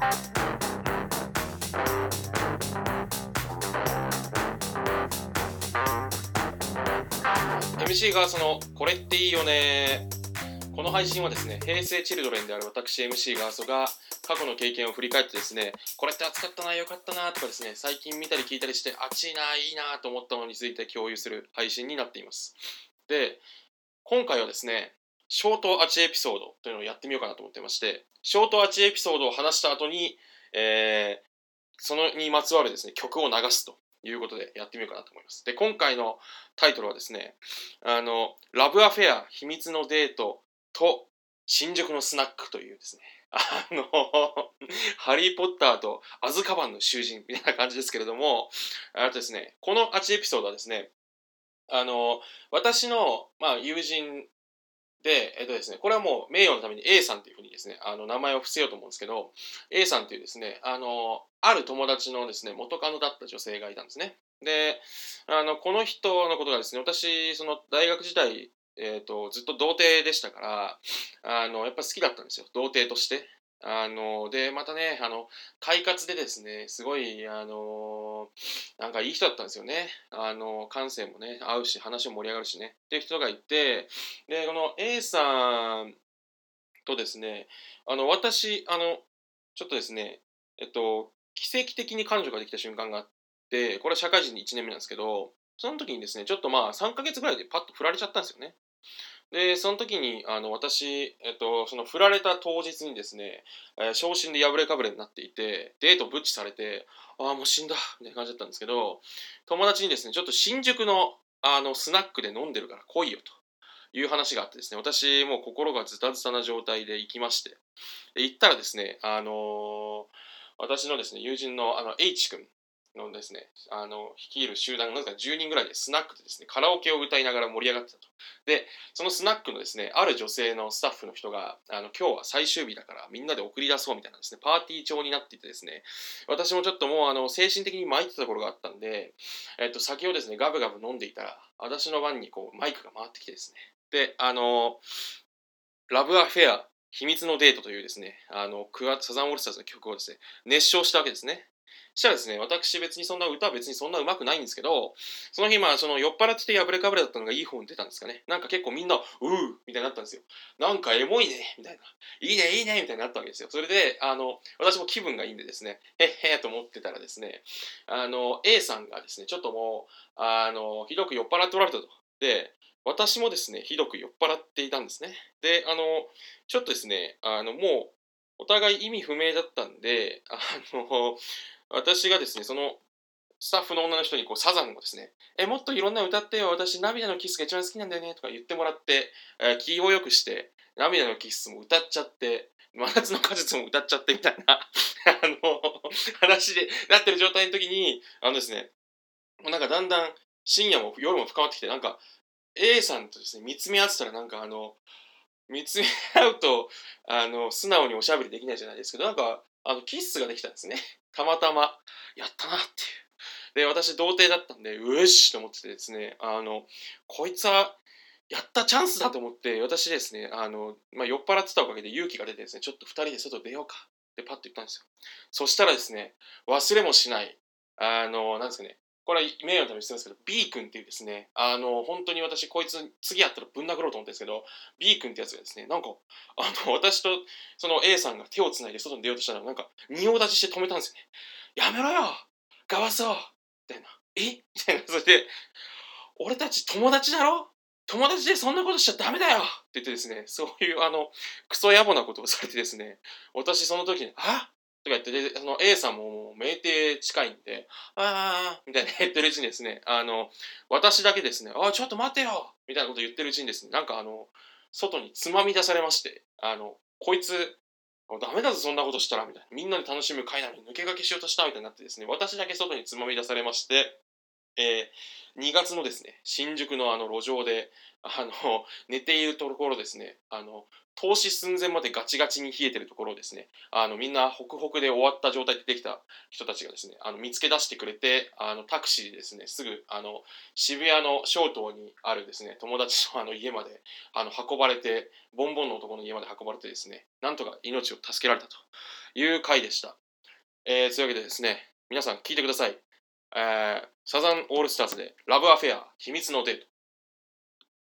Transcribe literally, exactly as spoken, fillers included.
エムシー がそのこれっていいよね。この配信はですね、平成チルドレンである私 エムシー ガーソが過去の経験を振り返ってですね、これって熱かったな、良かったなとかですね、最近見たり聞いたりして熱いな、いいなと思ったものについて共有する配信になっています。で、今回はですね、ショートアチエピソードというのをやってみようかなと思ってまして、ショートアチエピソードを話した後に、えー、そのにまつわるですね、曲を流すということでやってみようかなと思います。で、今回のタイトルはですね、あの、ラブアフェア、秘密のデートと新宿のスナックというですね、あの、ハリー・ポッターとアズカバンの囚人みたいな感じですけれども、あとですね、このアチエピソードはですね、あの、私の、まあ、友人で、えっとですね、これはもう名誉のために A さんというふうにですね、あの名前を伏せようと思うんですけど、A さんというですね、あの、ある友達のですね、元カノだった女性がいたんですね。で、あの、この人のことがですね、私、その大学時代、えっと、ずっと童貞でしたから、あの、やっぱ好きだったんですよ、童貞として。あの、で、またね、あの、快活でですね、すごい、あの、なんかいい人だったんですよね。あの、感性もね、合うし、話も盛り上がるしね、っていう人がいて、で、この A さんとですね、あの、私、あの、ちょっとですね、えっと、奇跡的に彼女ができた瞬間があって、これは社会人でいちねんめなんですけど、その時にですね、ちょっとまあさんかげつぐらいでパッと振られちゃったんですよね。で、その時に、あの、私、えっと、その振られた当日にですね、えー昇進で破れかぶれになっていて、デートブッチされて、ああ、もう死んだ、みたいな感じだったんですけど、友達にですね、ちょっと新宿の、あの、スナックで飲んでるから来いよと。いう話があってですね、私もう心がズタズタな状態で行きまして、で行ったらですね、あのー私のですね、友人のあの H 君のですね、あの、率いる集団がなんかじゅうにんぐらいでスナックでですね、カラオケを歌いながら盛り上がってたと。で、そのスナックのですね、ある女性のスタッフの人が、あの、今日は最終日だからみんなで送り出そうみたいなですね、パーティー調になっていてですね、私もちょっともうあの、精神的に参ってたところがあったんで、えっと、酒をですね、ガブガブ飲んでいたら、私の番にこう、マイクが回ってきてですね、で、あの、ラブアフェア、秘密のデートというですね、あの、クワサザンオールスターズの曲をですね、熱唱したわけですね。したらですね、私別にそんな歌は別にそんな上手くないんですけど、その日まあその酔っ払ってて破れかぶれだったのがいい方に出たんですかね。なんか結構みんな、うーみたいになったんですよ。なんかエモいねみたいな。いいねいいねみたいになったわけですよ。それで、あの、私も気分がいいんでですね、へっへーと思ってたらですね、あの、A さんがですね、ちょっともう、あの、ひどく酔っ払っておられたと。で、私もですね、ひどく酔っ払っていたんですね。で、あの、ちょっとですね、あの、もう、お互い意味不明だったんで、あの、私がですね、そのスタッフの女の人にこうサザンをですね、え、もっといろんな歌ってよ、私涙のキスが一番好きなんだよねとか言ってもらって、えー気を良くして、涙のキスも歌っちゃって、真夏の果実も歌っちゃってみたいな、あの、話でなってる状態の時に、あのですね、もうなんかだんだん深夜も夜も深まってきて、なんか A さんとですね、見つめ合ってたらなんかあの、見つめ合うと、あの、素直におしゃべりできないじゃないですけど、なんか、あの、キッスができたんですね。たまたま。やったなっていう。で、私、童貞だったんで、うえしと思っててですね、あの、こいつは、やったチャンスだと思って、私ですね、あの、まあ、酔っ払ってたおかげで勇気が出てですね、ちょっと二人で外出ようかってパッと言ったんですよ。そしたらですね、忘れもしない、あの、なんですかね、これは名誉のためにしてますけど、B 君っていうですね、あの、本当に私、こいつ、次やったらぶん殴ろうと思ってるんですけど、B 君ってやつがですね、なんか、あの、私とその A さんが手をつないで外に出ようとしたら、なんか、仁王立ちして止めたんですよね。やめろよガバそうみたいな。えみたいな。それで、俺たち友達だろ友達でそんなことしちゃダメだよって言ってですね、そういうあの、クソ野暮なことをされてですね、私その時に、あとか言って、で、その A さんももう酩酊近いんで、あーみたいな言ってるうちにですね、あの、私だけですね、あ、ちょっと待てよみたいなこと言ってるうちにですね、なんかあの、外につまみ出されまして、あの、こいつ、ダメだぞそんなことしたらみたいな、みんなで楽しむ会なのに抜け駆けしようとしたみたいになってですね、私だけ外につまみ出されまして、 えー、にがつのですね、新宿のあの路上で、あの、寝ているところですね、あの、凍死寸前までガチガチに冷えてるところをですね、あの、みんなホクホクで終わった状態でできた人たちがですね、あの、見つけ出してくれて、あの、タクシーでですね、すぐ、あの、渋谷の小東にあるですね、友達のあの家まで、あの、運ばれて、ボンボンの男の家まで運ばれてですね、なんとか命を助けられたという回でした。えー、というわけでですね、皆さん聞いてください。えー、サザンオールスターズでラブアフェア秘密のデート。